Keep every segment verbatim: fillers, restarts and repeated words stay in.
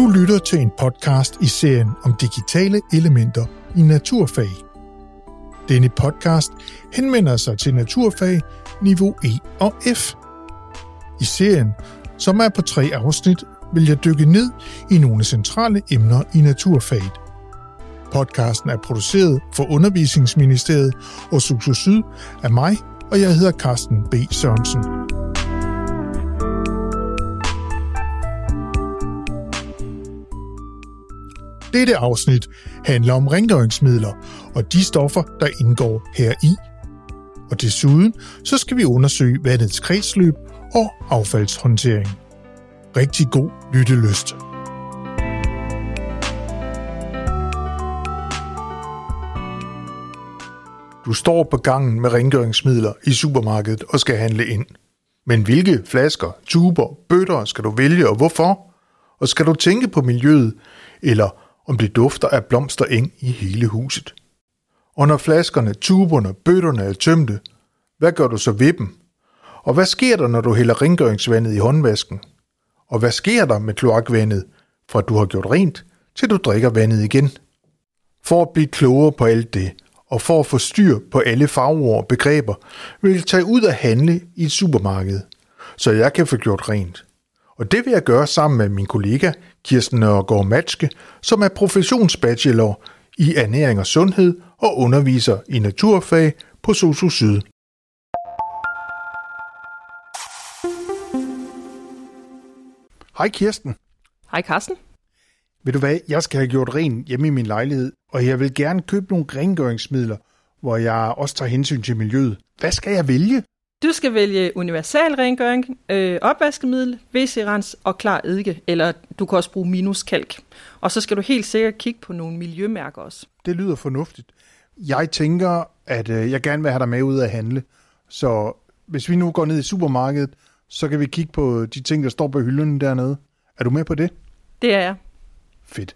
Du lytter til en podcast i serien om digitale elementer i naturfag. Denne podcast henvender sig til naturfag niveau E og F. I serien, som er på tre afsnit, vil jeg dykke ned i nogle centrale emner i naturfaget. Podcasten er produceret for Undervisningsministeriet og Suxo Syd af mig, og jeg hedder Carsten B. Sørensen. Dette afsnit handler om rengøringsmidler og de stoffer, der indgår heri. Og desuden så skal vi undersøge vandets kredsløb og affaldshåndtering. Rigtig god lyttelyst. Du står på gangen med rengøringsmidler i supermarkedet og skal handle ind. Men hvilke flasker, tuber, bøtter skal du vælge og hvorfor? Og skal du tænke på miljøet, eller om det dufter af blomstereng i hele huset? Og når flaskerne, tuberne, bøtterne er tømte, hvad gør du så ved dem? Og hvad sker der, når du hælder rengøringsvandet i håndvasken? Og hvad sker der med kloakvandet, fra du har gjort rent, til du drikker vandet igen? For at blive klogere på alt det, og for at få styr på alle fagord og begreber, vil jeg tage ud og handle i et supermarked, så jeg kan få gjort rent. Og det vil jeg gøre sammen med min kollega Kirsten Nørgaard Matske, som er professionsbachelor i ernæring og sundhed og underviser i naturfag på Suxo Syd. Hej Kirsten. Hej Carsten. Ved du hvad, jeg skal have gjort rent hjemme i min lejlighed, og jeg vil gerne købe nogle rengøringsmidler, hvor jeg også tager hensyn til miljøet. Hvad skal jeg vælge? Du skal vælge universal rengøring, øh, opvaskemiddel, W C-rens og klar eddike, eller du kan også bruge minuskalk. Og så skal du helt sikkert kigge på nogle miljømærker også. Det lyder fornuftigt. Jeg tænker, at øh, jeg gerne vil have dig med ud at handle. Så hvis vi nu går ned i supermarkedet, så kan vi kigge på de ting, der står på hylderne dernede. Er du med på det? Det er jeg. Fedt.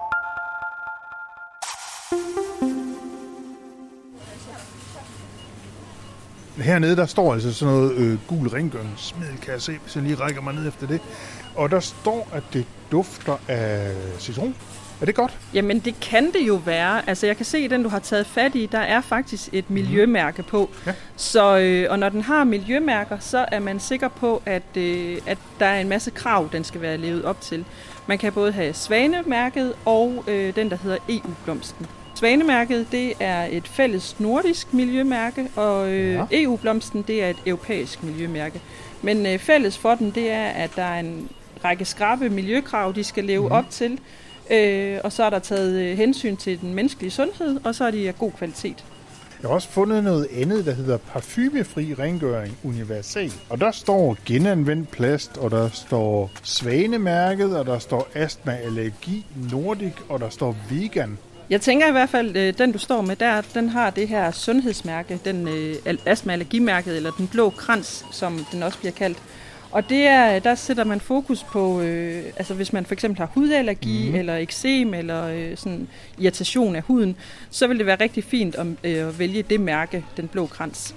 Hernede, der står altså sådan noget øh, gul rengøringsmiddel, kan jeg se, hvis jeg lige rækker mig ned efter det. Og der står, at det dufter af citron. Er det godt? Jamen, det kan det jo være. Altså, jeg kan se, at den, du har taget fat i, der er faktisk et miljømærke på. Ja. Så, øh, og når den har miljømærker, så er man sikker på, at, øh, at der er en masse krav, den skal være levet op til. Man kan både have svanemærket og øh, den, der hedder E U-blomsten. Svanemærket, det er et fælles nordisk miljømærke, og øh, ja. E U-blomsten, det er et europæisk miljømærke. Men øh, fælles for den, det er, at der er en række skrappe miljøkrav, de skal leve mm. op til. Øh, og så er der taget øh, hensyn til den menneskelige sundhed, og så er de af god kvalitet. Jeg har også fundet noget andet, der hedder parfumefri rengøring universal. Og der står genanvendt plast, og der står svanemærket, og der står astma, allergi, nordic, og der står vegan. Jeg tænker i hvert fald, at den du står med der, den har det her sundhedsmærke, den øh, astma-allergimærket, eller den blå krans, som den også bliver kaldt. Og det er, der sætter man fokus på, øh, altså hvis man for eksempel har hudallergi, mm. eller eksem, eller øh, sådan irritation af huden, så vil det være rigtig fint at øh, vælge det mærke, den blå krans.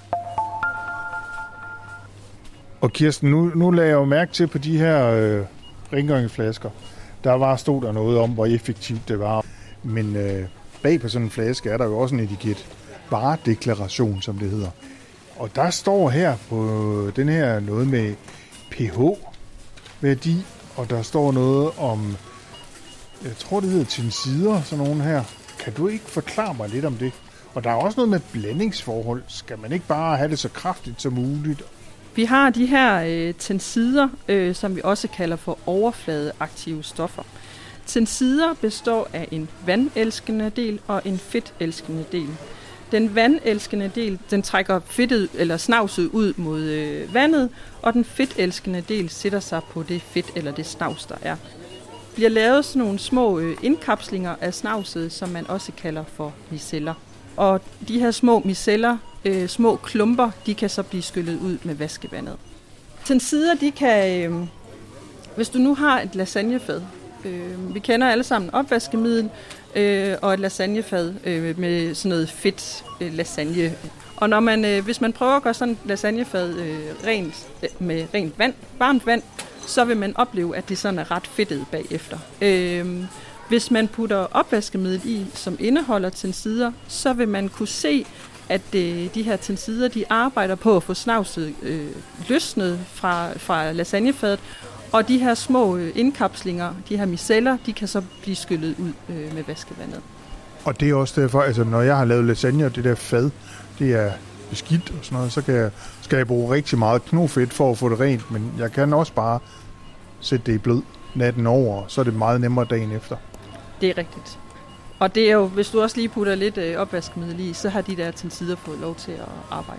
Og Kirsten, nu, nu lagde jeg jo mærke til på de her øh, rengøringsflasker, der var stod der noget om, hvor effektivt det var. Men øh, bag på sådan en flaske er der jo også en etiket, varedeklaration, som det hedder. Og der står her på den her noget med pH-værdi, og der står noget om, jeg tror det hedder tensider, sådan nogle her. Kan du ikke forklare mig lidt om det? Og der er også noget med blandingsforhold. Skal man ikke bare have det så kraftigt som muligt? Vi har de her øh, tensider, øh, som vi også kalder for overfladeaktive stoffer. Tensider består af en vandelskende del og en fedtelskende del. Den vandelskende del, den trækker fedtet eller snavset ud mod øh, vandet, og den fedtelskende del sætter sig på det fedt eller det snavs, der er. Der bliver lavet sådan nogle små øh, indkapslinger af snavset, som man også kalder for miceller. Og de her små miceller, øh, små klumper, de kan så blive skyllet ud med vaskevandet. Tensider, de kan, øh, hvis du nu har et lasagnefad, øh, vi kender alle sammen opvaskemiddel, øh, og et lasagnefad øh, med sådan noget fedt øh, lasagne. Og når man, øh, hvis man prøver at gøre sådan et lasagnefad øh, rent, øh, med rent vand, varmt vand, så vil man opleve, at det sådan er ret fedtet bagefter. Øh, hvis man putter opvaskemiddel i, som indeholder tensider, så vil man kunne se, at øh, de her tensider, de arbejder på at få snavset øh, løsnet fra, fra lasagnefadet, og de her små øh, indkapslinger, de her miceller, de kan så blive skyllet ud øh, med vaskevandet. Og det er også derfor, altså når jeg har lavet lasagne, og det der fad, det er beskidt og sådan noget, så kan jeg, skal jeg bruge rigtig meget knofedt for at få det rent, men jeg kan også bare sætte det i blød natten over, så er det meget nemmere dagen efter. Det er rigtigt. Og det er jo, hvis du også lige putter lidt øh, opvaskemiddel i, så har de der tensider fået lov til at arbejde.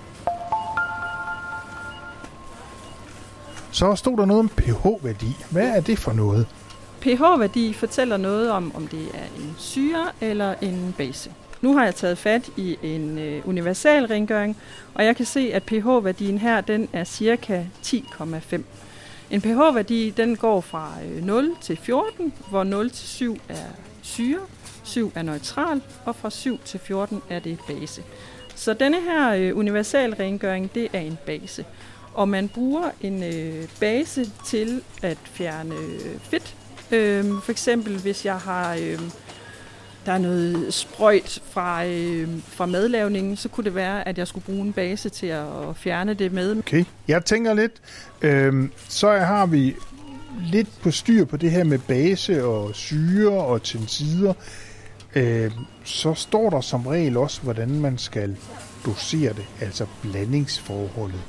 Så stod der noget om pH-værdi. Hvad er det for noget? pH-værdi fortæller noget om, om det er en syre eller en base. Nu har jeg taget fat i en øh, universal rengøring, og jeg kan se, at pH-værdien her, den er cirka ti komma fem. En pH-værdi, den går fra øh, nul til fjorten, hvor nul til syv er syre, syv er neutral, og fra syv til fjorten er det base. Så denne her øh, universal rengøring, det er en base. Og man bruger en øh, base til at fjerne øh, fedt. Øh, for eksempel hvis jeg har øh, der er noget sprøjt fra, øh, fra madlavningen, så kunne det være, at jeg skulle bruge en base til at fjerne det med. Okay, jeg tænker lidt, øh, så har vi lidt på styr på det her med base og syre og tensider. Øh, så står der som regel også, hvordan man skal dosere det, altså blandingsforholdet.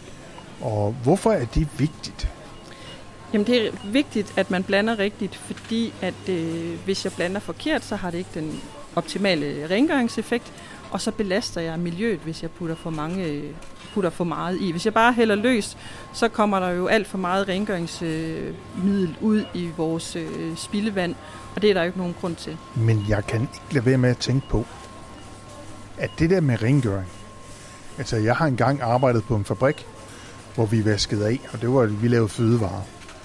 Og hvorfor er det vigtigt? Jamen det er vigtigt, at man blander rigtigt, fordi at øh, hvis jeg blander forkert, så har det ikke den optimale rengøringseffekt, og så belaster jeg miljøet, hvis jeg putter for mange putter for meget i. Hvis jeg bare hælder løs, så kommer der jo alt for meget rengøringsmiddel ud i vores øh, spildevand, og det er der jo ikke nogen grund til. Men jeg kan ikke lade være med at tænke på, at det der med rengøring, altså jeg har engang arbejdet på en fabrik, hvor vi vaskede af, og det var, vi lavede fødevarer.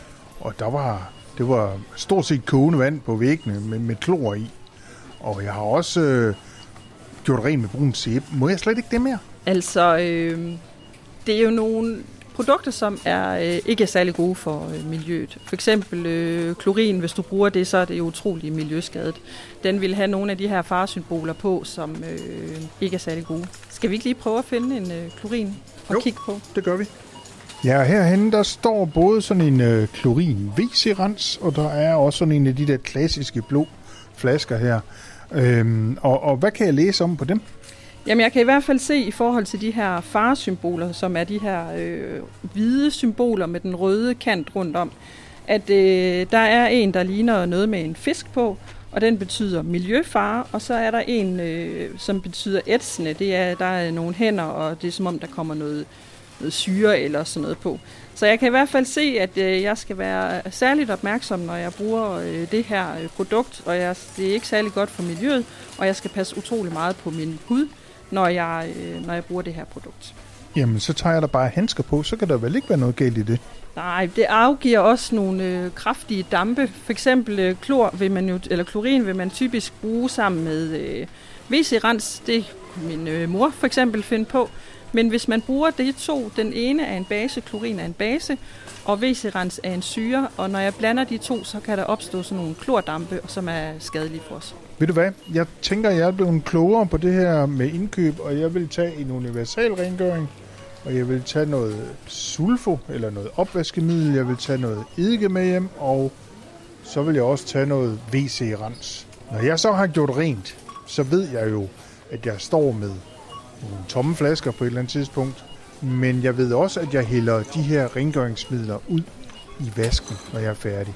Og der var, det var stort set kogende vand på væggene med, med klor i. Og jeg har også øh, gjort rent med brun sæbe. Må jeg slet ikke det mere? Altså, øh, det er jo nogle produkter, som er øh, ikke er særlig gode for øh, miljøet. For eksempel øh, klorin, hvis du bruger det, så er det jo utroligt miljøskadet. Den vil have nogle af de her faresymboler på, som øh, ikke er særlig gode. Skal vi ikke lige prøve at finde en øh, klorin og jo, kigge på? Det gør vi. Ja, herhenne der står både sådan en øh, klorin V C-rens, og der er også sådan en af de der klassiske blå flasker her. Øhm, og, og hvad kan jeg læse om på dem? Jamen jeg kan i hvert fald se i forhold til de her faresymboler, som er de her øh, hvide symboler med den røde kant rundt om, at øh, der er en, der ligner noget med en fisk på, og den betyder miljøfare, og så er der en, øh, som betyder ætsende. Det er, der er nogle hænder, og det er som om, der kommer noget noget syre eller sådan noget på. Så jeg kan i hvert fald se, at øh, jeg skal være særligt opmærksom, når jeg bruger øh, det her øh, produkt, og jeg, det er ikke særlig godt for miljøet, og jeg skal passe utrolig meget på min hud, når jeg, øh, når jeg bruger det her produkt. Jamen, så tager jeg da bare handsker på, så kan der vel ikke være noget galt i det? Nej, det afgiver også nogle øh, kraftige dampe. For eksempel øh, klor vil man jo, eller klorin vil man typisk bruge sammen med øh, V C-rens. Det kunne min øh, mor for eksempel finde på. Men hvis man bruger det to, den ene er en base, klorin er en base, og V C-rens er en syre, og når jeg blander de to, så kan der opstå sådan nogle klordampe, som er skadelige for os. Ved du hvad? Jeg tænker, jeg er blevet klogere på det her med indkøb, og jeg vil tage en universal rengøring, og jeg vil tage noget sulfo, eller noget opvaskemiddel, jeg vil tage noget eddike med hjem, og så vil jeg også tage noget V C-rens. Når jeg så har gjort rent, så ved jeg jo, at jeg står med nogle tomme flasker på et eller andet tidspunkt, men jeg ved også, at jeg hælder de her rengøringsmidler ud i vasken, når jeg er færdig.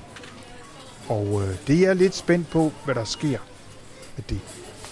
Og øh, det er jeg lidt spændt på, hvad der sker med det.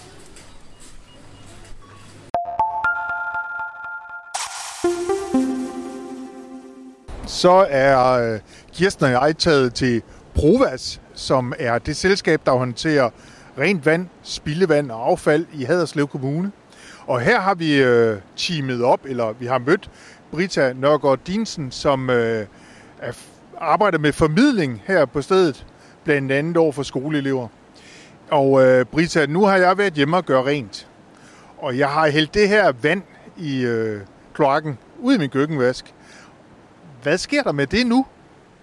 Så er øh, Kirsten og jeg taget til Provas, som er det selskab, der håndterer rent vand, spildevand og affald i Haderslev Kommune. Og her har vi øh, teamet op, eller vi har mødt Britta Nørgaard Dinsen, som øh, er, arbejder med formidling her på stedet, blandt andet over for skoleelever. Og øh, Britta, nu har jeg været hjemme og gøre rent, og jeg har hældt det her vand i øh, kloakken ud i min køkkenvask. Hvad sker der med det nu?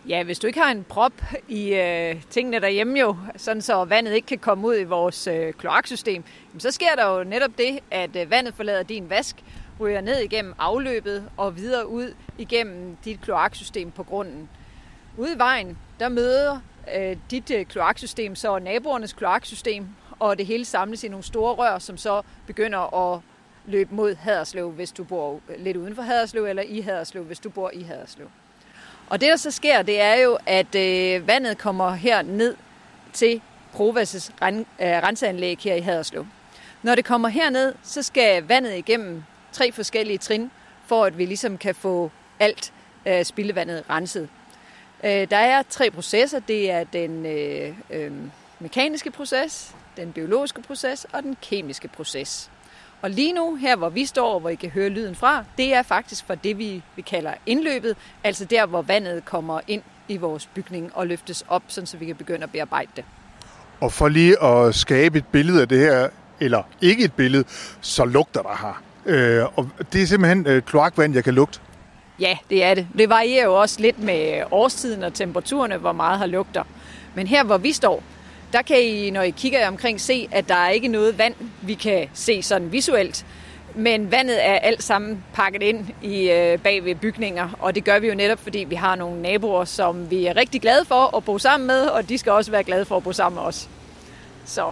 Ja, hvis du ikke har en prop i øh, tingene derhjemme jo, sådan så vandet ikke kan komme ud i vores øh, kloaksystem, så sker der jo netop det, at øh, vandet forlader din vask, ryger ned igennem afløbet og videre ud igennem dit kloaksystem på grunden. Ude i vejen, der møder øh, dit øh, kloaksystem så naboernes kloaksystem, og det hele samles i nogle store rør, som så begynder at løbe mod Haderslev, hvis du bor lidt uden for Haderslev, eller i Haderslev, hvis du bor i Haderslev. Og det, der så sker, det er jo, at øh, vandet kommer her ned til Provas' ren, øh, renseanlæg her i Haderslev. Når det kommer herned, så skal vandet igennem tre forskellige trin, for at vi ligesom kan få alt øh, spildevandet renset. Øh, der er tre processer. Det er den øh, øh, mekaniske proces, den biologiske proces og den kemiske proces. Og lige nu, her hvor vi står, hvor I kan høre lyden fra, det er faktisk for det, vi, vi kalder indløbet, altså der, hvor vandet kommer ind i vores bygning og løftes op, sådan så vi kan begynde at bearbejde det. Og for lige at skabe et billede af det her, eller ikke et billede, så lugter der her. Øh, og det er simpelthen øh, kloakvand, jeg kan lugte. Ja, det er det. Det varierer jo også lidt med årstiden og temperaturerne, hvor meget her lugter. Men her, hvor vi står, der kan I, når I kigger omkring, se, at der er ikke noget vand, vi kan se sådan visuelt. Men vandet er alt sammen pakket ind i øh, bag ved bygninger, og det gør vi jo netop, fordi vi har nogle naboer, som vi er rigtig glade for at bo sammen med, og de skal også være glade for at bo sammen med os. Så.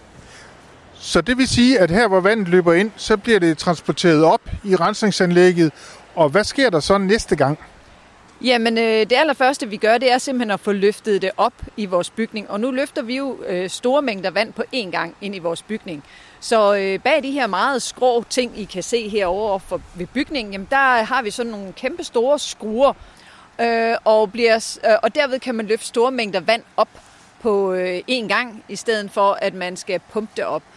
Så det vil sige, at her hvor vandet løber ind, så bliver det transporteret op i rensningsanlægget, og hvad sker der så næste gang? Jamen, øh, det allerførste, vi gør, det er simpelthen at få løftet det op i vores bygning. Og nu løfter vi jo øh, store mængder vand på én gang ind i vores bygning. Så øh, bag de her meget skrå ting, I kan se herovre for, ved bygningen, jamen, der har vi sådan nogle kæmpe store skruer. Øh, og, bliver, øh, og derved kan man løfte store mængder vand op på øh, én gang, i stedet for at man skal pumpe det op.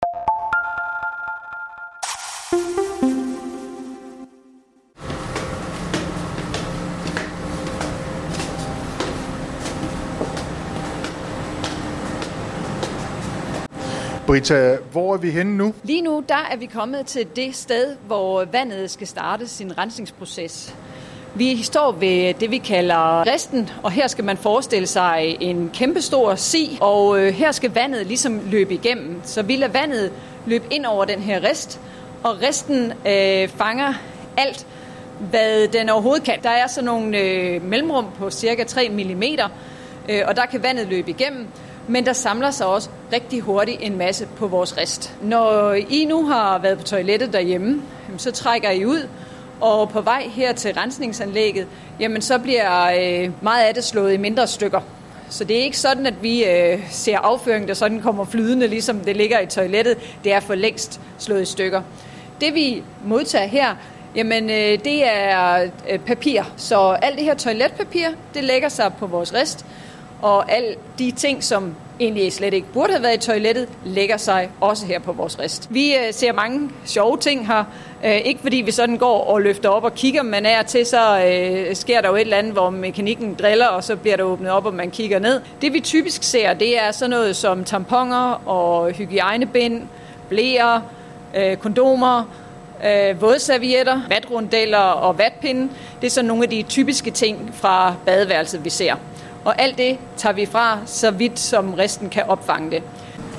Britta, hvor er vi henne nu? Lige nu der er vi kommet til det sted, hvor vandet skal starte sin rensningsproces. Vi står ved det, vi kalder resten, og her skal man forestille sig en kæmpestor si, og her skal vandet ligesom løbe igennem. Så vi lader vandet løbe ind over den her rest, og resten øh, fanger alt, hvad den overhovedet kan. Der er så nogle øh, mellemrum på cirka tre millimeter, øh, og der kan vandet løbe igennem. Men der samler sig også rigtig hurtigt en masse på vores rest. Når I nu har været på toilettet derhjemme, så trækker I ud, og på vej her til rensningsanlægget, jamen så bliver øh, meget af det slået i mindre stykker. Så det er ikke sådan, at vi øh, ser afføring, der sådan kommer flydende, ligesom det ligger i toilettet. Det er for længst slået i stykker. Det vi modtager her, jamen øh, det er øh, papir. Så alt det her toiletpapir, det lægger sig på vores rest. Og alle de ting, som egentlig slet ikke burde have været i toilettet, lægger sig også her på vores rest. Vi øh, ser mange sjove ting her. Øh, ikke fordi vi sådan går og løfter op og kigger, men af og til så øh, sker der jo et eller andet, hvor mekanikken driller, og så bliver der åbnet op, og man kigger ned. Det vi typisk ser, det er sådan noget som tamponer og hygiejnebind, bleer, øh, kondomer, øh, vådservietter, vatrundeller og vatpinde. Det er sådan nogle af de typiske ting fra badeværelset, vi ser. Og alt det tager vi fra, så vidt som resten kan opfange det.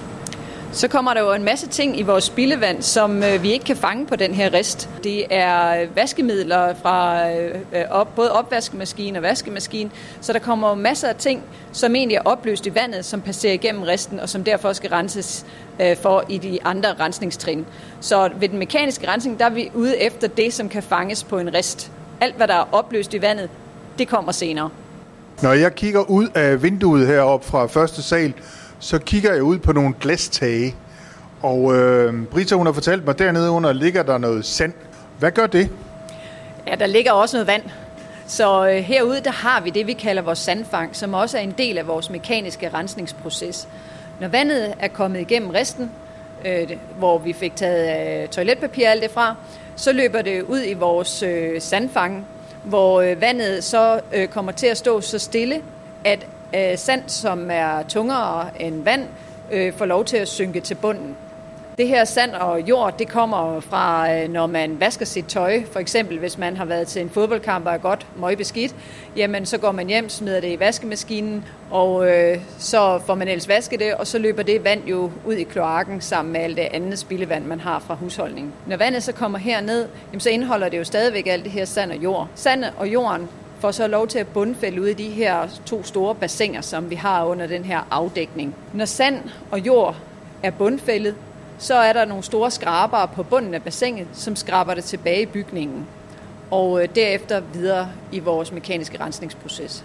Så kommer der jo en masse ting i vores spildevand, som vi ikke kan fange på den her rest. Det er vaskemidler fra op, både opvaskemaskine og vaskemaskine, så der kommer masser af ting, som egentlig er opløst i vandet, som passerer igennem resten, og som derfor skal renses for i de andre rensningstrin. Så ved den mekaniske rensning, der er vi ude efter det, som kan fanges på en rest. Alt, hvad der er opløst i vandet, det kommer senere. Når jeg kigger ud af vinduet heroppe fra første sal, så kigger jeg ud på nogle glastage. Og øh, Britta, hun har fortalt mig, dernede under ligger der noget sand. Hvad gør det? Ja, der ligger også noget vand. Så øh, herude, der har vi det, vi kalder vores sandfang, som også er en del af vores mekaniske rensningsproces. Når vandet er kommet igennem resten, øh, hvor vi fik taget øh, toiletpapir og alt det fra, så løber det ud i vores øh, sandfang, hvor øh, vandet så øh, kommer til at stå så stille, at øh, sand, som er tungere end vand, øh, får lov til at synke til bunden. Det her sand og jord, det kommer fra, når man vasker sit tøj. For eksempel, hvis man har været til en fodboldkamp og er godt møgbeskidt, jamen så går man hjem, smider det i vaskemaskinen, og øh, så får man ellers vasket det, og så løber det vand jo ud i kloakken sammen med alt det andet spildevand, man har fra husholdningen. Når vandet så kommer herned, jamen, så indeholder det jo stadigvæk alt det her sand og jord. Sand og jorden får så lov til at bundfælde ud i de her to store bassiner, som vi har under den her afdækning. Når sand og jord er bundfældet, så er der nogle store skrabere på bunden af bassinet, som skraber det tilbage i bygningen, og derefter videre i vores mekaniske rensningsproces.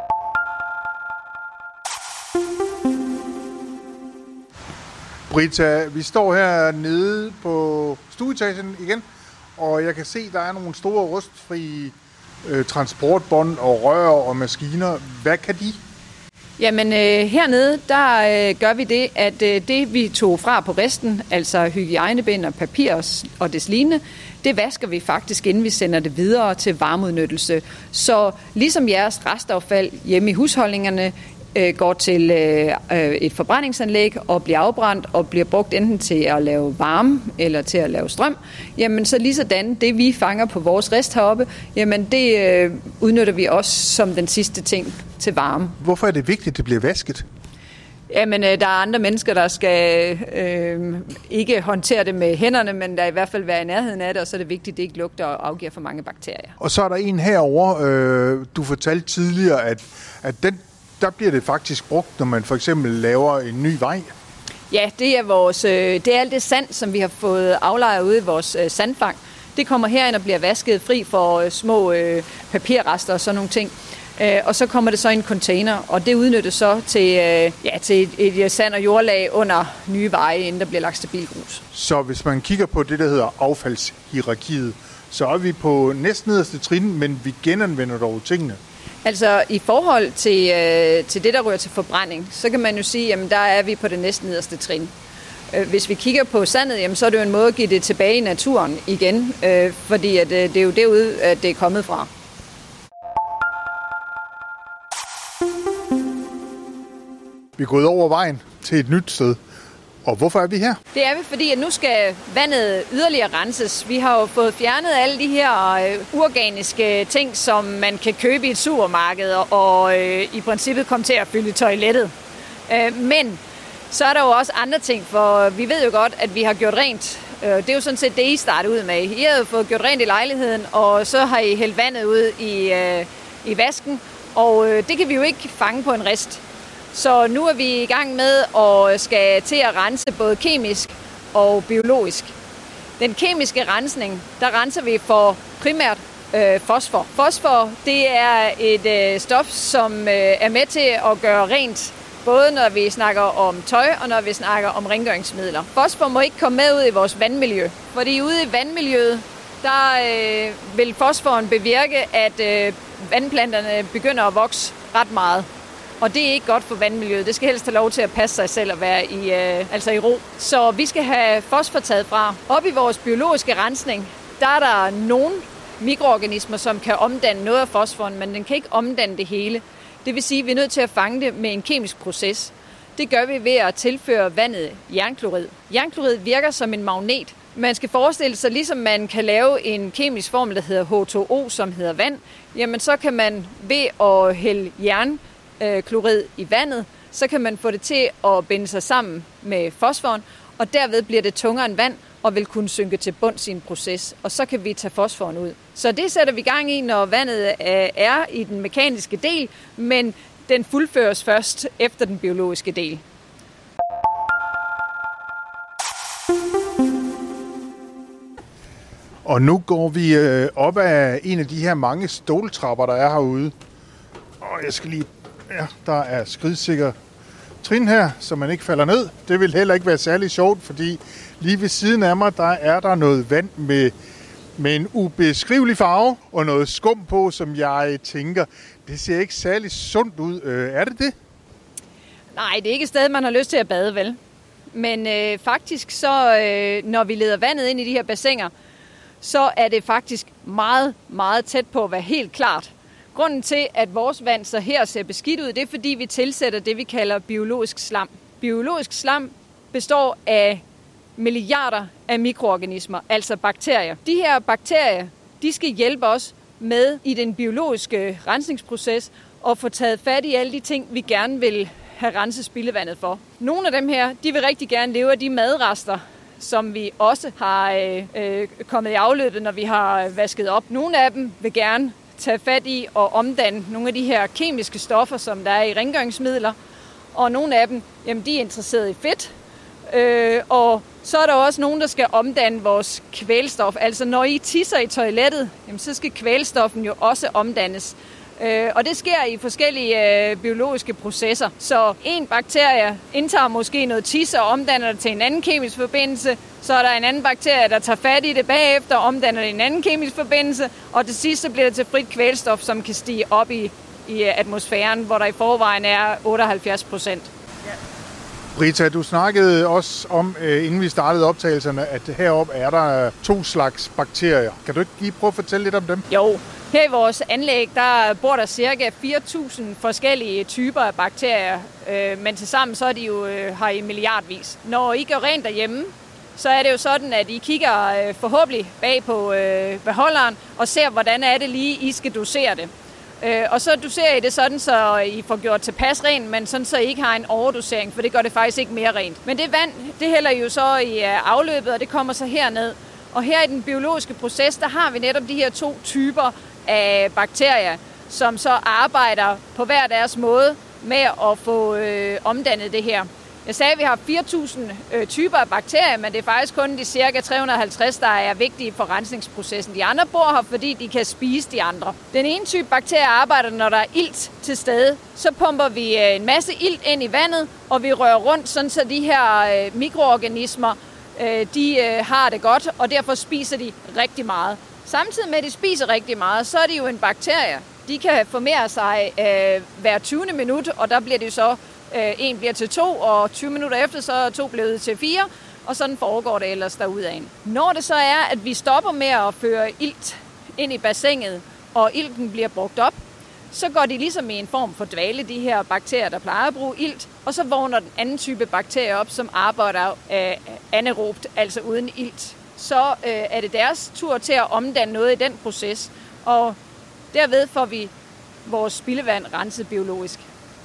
Britta, vi står her nede på stueetagen igen, og jeg kan se, at der er nogle store rustfri øh, transportbånd og rør og maskiner. Hvad kan de? Jamen øh, hernede, der øh, gør vi det, at øh, det vi tog fra på resten, altså hygiejnebind og papir og des lignende, det vasker vi faktisk, inden vi sender det videre til varmeudnyttelse. Så ligesom jeres restaffald hjemme i husholdningerne øh, går til øh, et forbrændingsanlæg og bliver afbrændt og bliver brugt enten til at lave varme eller til at lave strøm, jamen så lige sådan, det vi fanger på vores rest heroppe, jamen det øh, udnytter vi også som den sidste ting til varme. Hvorfor er det vigtigt, at det bliver vasket? Jamen, der er andre mennesker, der skal øh, ikke håndtere det med hænderne, men der i hvert fald være i nærheden af det, og så er det vigtigt, at det ikke lugter og afgiver for mange bakterier. Og så er der en herover. Øh, du fortalte tidligere, at, at den, der bliver det faktisk brugt, når man for eksempel laver en ny vej. Ja, det er, vores, øh, det er alt det sand, som vi har fået aflejret ude i vores øh, sandfang. Det kommer herind og bliver vasket fri for øh, små øh, papirrester og sådan nogle ting. Og så kommer det så i en container, og det udnyttes så til, ja, til et, et sand- og jordlag under nye veje, inden der bliver lagt stabil grus. Så hvis man kigger på det, der hedder affaldshierarkiet, så er vi på næsten nederste trin, men vi genanvender dog tingene. Altså i forhold til, øh, til det, der rører til forbrænding, så kan man jo sige, at der er vi på det næsten nederste trin. Hvis vi kigger på sandet, jamen, så er det jo en måde at give det tilbage i naturen igen, øh, fordi at, øh, det er jo derude, at det er kommet fra. Vi er gået over vejen til et nyt sted. Og hvorfor er vi her? Det er vi, fordi at nu skal vandet yderligere renses. Vi har jo fået fjernet alle de her øh, uorganiske ting, som man kan købe i et supermarked og øh, i princippet komme til at fylde toilettet. Øh, men så er der jo også andre ting, for vi ved jo godt, at vi har gjort rent. Øh, det er jo sådan set det, I startede ud med. I har jo fået gjort rent i lejligheden, og så har I hældt vandet ud i, øh, i vasken, og øh, det kan vi jo ikke fange på en rist. Så nu er vi i gang med at skal til at rense både kemisk og biologisk. Den kemiske rensning, der renser vi for primært øh, fosfor. Fosfor, det er et øh, stof, som øh, er med til at gøre rent, både når vi snakker om tøj og når vi snakker om rengøringsmidler. Fosfor må ikke komme med ud i vores vandmiljø, fordi ude i vandmiljøet, der øh, vil fosforen bevirke, at øh, vandplanterne begynder at vokse ret meget. Og det er ikke godt for vandmiljøet. Det skal helst have lov til at passe sig selv og være i, øh, altså i ro. Så vi skal have fosfor taget fra. Op i vores biologiske rensning, der er der nogle mikroorganismer, som kan omdanne noget af fosforen, men den kan ikke omdanne det hele. Det vil sige, at vi er nødt til at fange det med en kemisk proces. Det gør vi ved at tilføre vandet jernklorid. Jernklorid virker som en magnet. Man skal forestille sig, ligesom man kan lave en kemisk formel, der hedder H to O, som hedder vand, jamen så kan man ved at hælde jern klorid i vandet, så kan man få det til at binde sig sammen med fosforen, og derved bliver det tungere end vand, og vil kunne synke til bunds i en proces, og så kan vi tage fosforen ud. Så det sætter vi gang i, når vandet er i den mekaniske del, men den fuldføres først efter den biologiske del. Og nu går vi øh, op ad en af de her mange ståltrapper, der er herude. Og jeg skal lige... Ja, der er skridsikker trin her, så man ikke falder ned. Det vil heller ikke være særlig sjovt, fordi lige ved siden af mig, der er der noget vand med, med en ubeskrivelig farve og noget skum på, som jeg tænker, det ser ikke særlig sundt ud. Øh, er det det? Nej, det er ikke et sted, man har lyst til at bade, vel? Men øh, faktisk så, øh, når vi leder vandet ind i de her bassiner, så er det faktisk meget, meget tæt på at være helt klart. Grunden til, at vores vand så her ser beskidt ud, det er, fordi vi tilsætter det, vi kalder biologisk slam. Biologisk slam består af milliarder af mikroorganismer, altså bakterier. De her bakterier, de skal hjælpe os med i den biologiske rensningsproces og få taget fat i alle de ting, vi gerne vil have renset spildevandet for. Nogle af dem her, de vil rigtig gerne leve af de madrester, som vi også har øh, øh, kommet i afløbet, når vi har vasket op. Nogle af dem vil gerne tage fat i og omdanne nogle af de her kemiske stoffer, som der er i rengøringsmidler. Og nogle af dem, jamen, de er interesseret i fedt. Øh, og så er der også nogen, der skal omdanne vores kvælstof. Altså når I tisser i toilettet, jamen, så skal kvælstoffen jo også omdannes. Øh, og det sker i forskellige øh, biologiske processer. Så en bakterie indtager måske noget tisse og omdanner det til en anden kemisk forbindelse. Så er der en anden bakterie, der tager fat i det bagefter og omdanner det i en anden kemisk forbindelse. Og til sidst så bliver det til frit kvælstof, som kan stige op i, i atmosfæren, hvor der i forvejen er otteoghalvfjerds procent. Brita, du snakkede også om, inden vi startede optagelserne, at heroppe er der to slags bakterier. Kan du ikke lige prøve at fortælle lidt om dem? Jo, her i vores anlæg, der bor der cirka fire tusind forskellige typer af bakterier, men tilsammen så er de jo her i milliardvis. Når I går rent derhjemme, så er det jo sådan, at I kigger forhåbentlig bag på beholderen og ser, hvordan er det lige, I skal dosere det. Og så doserer I det sådan, så I får gjort tilpas rent, men sådan, så I ikke har en overdosering, for det gør det faktisk ikke mere rent. Men det vand, det hælder I jo så i afløbet, og det kommer så herned. Og her i den biologiske proces, der har vi netop de her to typer af bakterier, som så arbejder på hver deres måde med at få øh, omdannet det her. Jeg sagde, at vi har fire tusind øh, typer af bakterier, men det er faktisk kun de cirka tre hundrede og halvtreds, der er vigtige for rensningsprocessen. De andre bor her, fordi de kan spise de andre. Den ene type bakterier arbejder, når der er ilt til stede. Så pumper vi øh, en masse ilt ind i vandet, og vi rører rundt, sådan så de her øh, mikroorganismer, øh, de øh, har det godt, og derfor spiser de rigtig meget. Samtidig med, at de spiser rigtig meget, så er de jo en bakterie. De kan formere sig øh, hver tyvende minut, og der bliver det så en bliver til to, og tyve minutter efter, så er to blevet til fire, og sådan foregår det ellers derudad. Når det så er, at vi stopper med at føre ilt ind i bassinet, og ilten bliver brugt op, så går de ligesom i en form for dvale, de her bakterier, der plejer at bruge ilt, og så vågner den anden type bakterier op, som arbejder øh, anaerobt, altså uden ilt. Så øh, er det deres tur til at omdanne noget i den proces, og derved får vi vores spildevand renset biologisk.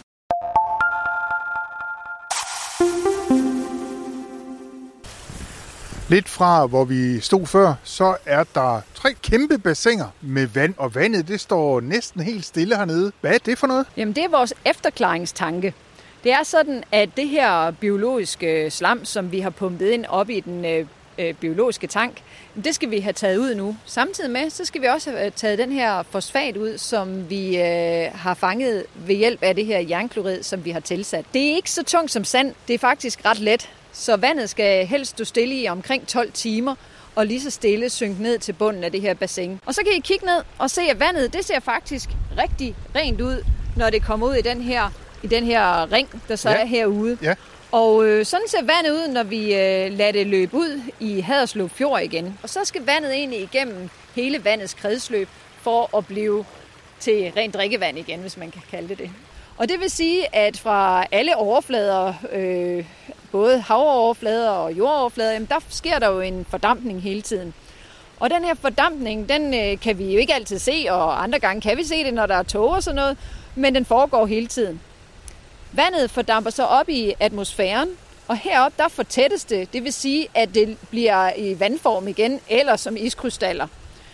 Lidt fra, hvor vi stod før, så er der tre kæmpe bassiner med vand, og vandet det står næsten helt stille hernede. Hvad er det for noget? Jamen, det er vores efterklaringstanke. Det er sådan, at det her biologiske slam, som vi har pumpet ind op i den øh, biologiske tank, det skal vi have taget ud nu. Samtidig med, så skal vi også have taget den her fosfat ud, som vi øh, har fanget ved hjælp af det her jernklorid, som vi har tilsat. Det er ikke så tungt som sand, det er faktisk ret let. Så vandet skal helst stå stille i omkring tolv timer, og lige så stille synke ned til bunden af det her bassin. Og så kan I kigge ned og se, at vandet det ser faktisk rigtig rent ud, når det kommer ud i den her, i den her ring, der så ja. er herude. Ja. Og øh, sådan ser vandet ud, når vi øh, lader det løbe ud i Haderslev Fjord igen. Og så skal vandet egentlig igennem hele vandets kredsløb for at blive til rent drikkevand igen, hvis man kan kalde det det. Og det vil sige, at fra alle overflader, øh, både havoverflader og jordoverflader, jamen der sker der jo en fordampning hele tiden. Og den her fordampning, den øh, kan vi jo ikke altid se, og andre gange kan vi se det, når der er tåger og sådan noget, men den foregår hele tiden. Vandet fordamper så op i atmosfæren, og heroppe der fortættes det, det vil sige, at det bliver i vandform igen, eller som iskrystaller.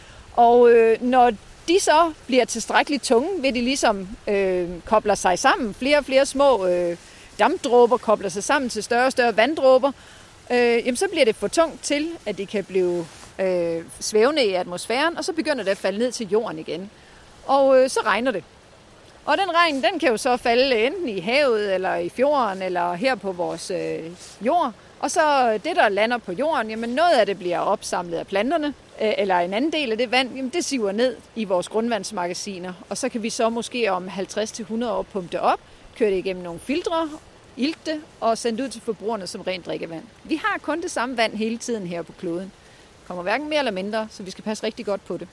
Og øh, når de så bliver tilstrækkeligt tunge, vil de ligesom øh, kobler sig sammen. Flere og flere små øh, dampdråber kobler sig sammen til større og større vanddråber. Øh, jamen, så bliver det for tungt til, at de kan blive øh, svævende i atmosfæren, og så begynder det at falde ned til jorden igen. Og øh, så regner det. Og den regn, den kan jo så falde enten i havet, eller i fjorden, eller her på vores øh, jord. Og så det, der lander på jorden, jamen noget af det bliver opsamlet af planterne, eller en anden del af det vand, jamen det siver ned i vores grundvandsmagasiner. Og så kan vi så måske om halvtreds til hundrede år pumpe det op, køre det igennem nogle filtre, ilte det og sende det ud til forbrugerne som rent drikkevand. Vi har kun det samme vand hele tiden her på kloden. Det kommer hverken mere eller mindre, så vi skal passe rigtig godt på det.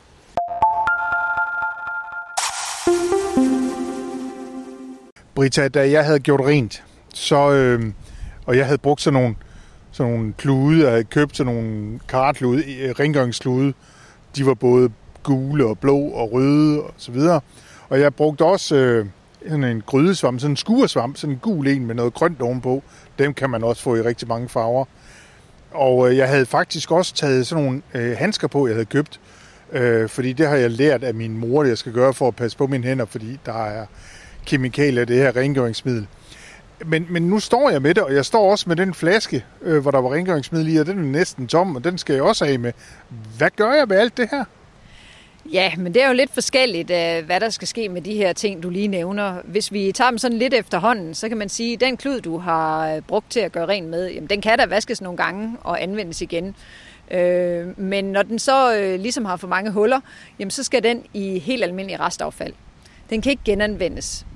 Brita, da jeg havde gjort rent, så, øh, og jeg havde brugt sådan nogle sådan nogle klude. Jeg havde købt sådan nogle karatklude, rengøringsklude. De var både gule og blå og røde og så videre. Og jeg brugte også øh, sådan en grydesvamp, sådan en skuresvamp, sådan en gul en med noget grønt ovenpå. Dem kan man også få i rigtig mange farver. Og øh, jeg havde faktisk også taget sådan nogle øh, handsker på, jeg havde købt. Øh, fordi det har jeg lært af min mor, det jeg skal gøre for at passe på mine hænder, fordi der er kemikalier i det her rengøringsmiddel. Men, men nu står jeg med det, og jeg står også med den flaske, øh, hvor der var rengøringsmiddel i, og den er næsten tom, og den skal jeg også af med. Hvad gør jeg med alt det her? Ja, men det er jo lidt forskelligt, hvad der skal ske med de her ting, du lige nævner. Hvis vi tager dem sådan lidt efterhånden, så kan man sige, at den klud, du har brugt til at gøre rent med, jamen, den kan da vaskes nogle gange og anvendes igen. Øh, men når den så øh, ligesom har for mange huller, jamen, så skal den i helt almindelig restaffald. Den kan ikke genanvendes.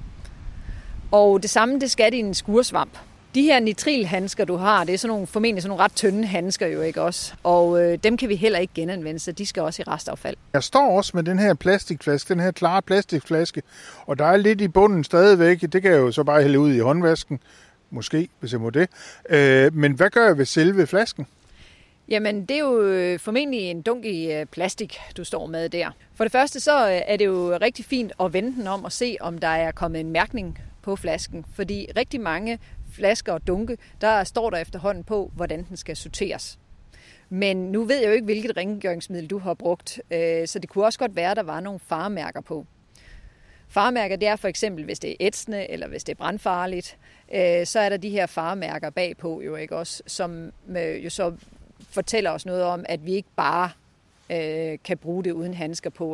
Og det samme, det skal i en skuresvamp. De her nitrilhandsker, du har, det er sådan nogle, formentlig sådan nogle ret tynde handsker jo, ikke også? Og øh, dem kan vi heller ikke genanvende, så de skal også i restaffald. Jeg står også med den her plastikflaske, den her klare plastikflaske, og der er lidt i bunden stadigvæk. Det kan jeg jo så bare hælde ud i håndvasken, måske, hvis jeg må det. Øh, men hvad gør jeg ved selve flasken? Jamen, det er jo formentlig en dunk i plastik, du står med der. For det første, så er det jo rigtig fint at vende den om og se, om der er kommet en mærkning på flasken. Fordi rigtig mange flasker og dunke, der står der efterhånden på, hvordan den skal sorteres. Men nu ved jeg jo ikke, hvilket rengøringsmiddel du har brugt, så det kunne også godt være, at der var nogle faremærker på. Faremærker, det er for eksempel, hvis det er ætsende eller hvis det er brandfarligt, så er der de her faremærker bagpå jo, ikke også, som jo så fortæller os noget om, at vi ikke bare øh, kan bruge det uden handsker på.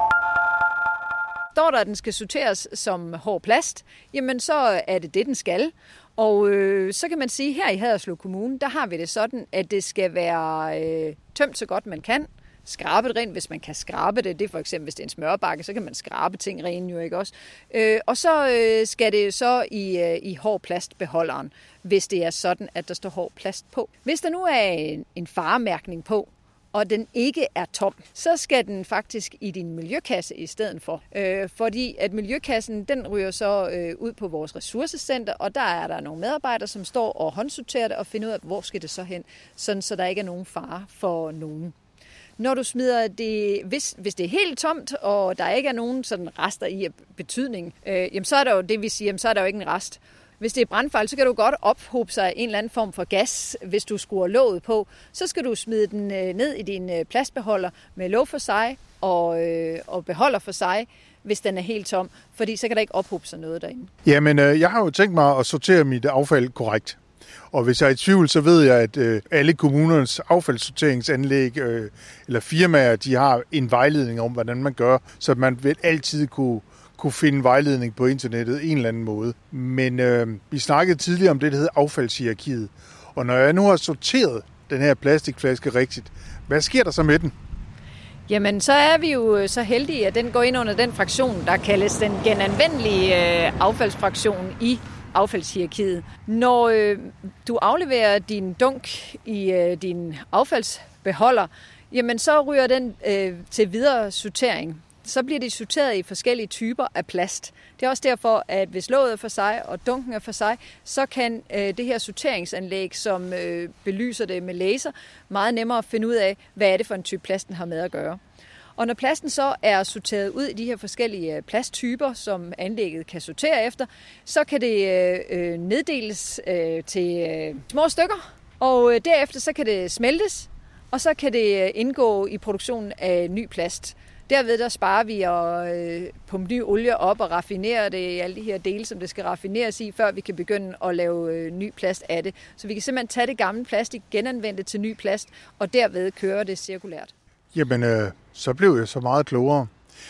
Står der, at den skal sorteres som hård plast, jamen så er det det, den skal. Og øh, så kan man sige, at her i Haderslev Kommune, der har vi det sådan, at det skal være øh, tømt så godt man kan. Skrabet rent, hvis man kan skrabe det. Det er for eksempel, hvis det er en smørbakke, så kan man skrabe ting rent jo, ikke også? Øh, og så øh, skal det så i, øh, i hård plastbeholderen, hvis det er sådan, at der står hård plast på. Hvis der nu er en, en faremærkning på, og den ikke er tom, så skal den faktisk i din miljøkasse i stedet for. Øh, fordi at miljøkassen, den ryger så øh, ud på vores ressourcecenter, og der er der nogle medarbejdere, som står og håndsorterer det og finder ud af, hvor skal det så hen, sådan så der ikke er nogen fare for nogen. Når du smider det, hvis, hvis det er helt tomt, og der ikke er nogen sådan rester i betydning, øh, jamen så er der jo det, vi siger, jamen så er der jo ikke en rest. Hvis det er brandfarligt, så kan du godt ophobe sig en eller anden form for gas, hvis du skruer låget på. Så skal du smide den øh, ned i din øh, plastbeholder med låg for sig og, øh, og beholder for sig, hvis den er helt tom, fordi så kan der ikke ophobe sig noget derinde. Jamen, øh, jeg har jo tænkt mig at sortere mit affald korrekt. Og hvis jeg er i tvivl, så ved jeg, at øh, alle kommunernes affaldssorteringsanlæg øh, eller firmaer, de har en vejledning om, hvordan man gør, så man vil altid kunne, kunne finde vejledning på internettet en eller anden måde. Men øh, vi snakkede tidligere om det, der hedder affaldshierarkiet. Og når jeg nu har sorteret den her plastikflaske rigtigt, hvad sker der så med den? Jamen, så er vi jo så heldige, at den går ind under den fraktion, der kaldes den genanvendelige øh, affaldsfraktion i affaldshierarkiet. Når øh, du afleverer din dunk i øh, din affaldsbeholder, jamen så ryger den øh, til videre sortering. Så bliver de sorteret i forskellige typer af plast. Det er også derfor, at hvis låget er for sig og dunken er for sig, så kan øh, det her sorteringsanlæg, som øh, belyser det med laser, meget nemmere finde ud af, hvad er det for en type plast, den har med at gøre. Og når plasten så er sorteret ud i de her forskellige plasttyper, som anlægget kan sortere efter, så kan det øh, neddeles øh, til øh, små stykker, og øh, derefter så kan det smeltes, og så kan det indgå i produktionen af ny plast. Derved der sparer vi at øh, pumpe ny olie op og raffinere det i alle de her dele, som det skal raffineres i, før vi kan begynde at lave øh, ny plast af det. Så vi kan simpelthen tage det gamle plastik, genanvende det til ny plast, og derved køre det cirkulært. Jamen, øh, så blev jeg så meget klogere.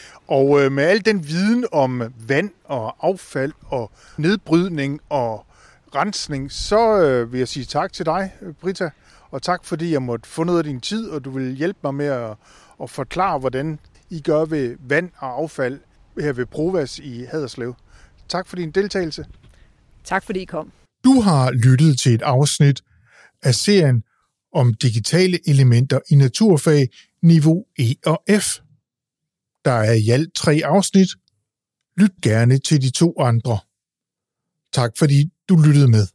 Og øh, med al den viden om vand og affald og nedbrydning og rensning, så øh, vil jeg sige tak til dig, Britta. Og tak, fordi jeg måtte få noget af din tid, og du vil hjælpe mig med at, at forklare, hvordan I gør ved vand og affald her ved Provas i Haderslev. Tak for din deltagelse. Tak fordi I kom. Du har lyttet til et afsnit af serien om digitale elementer i naturfag niveau E og F. Der er i alt tre afsnit. Lyt gerne til de to andre. Tak fordi du lyttede med.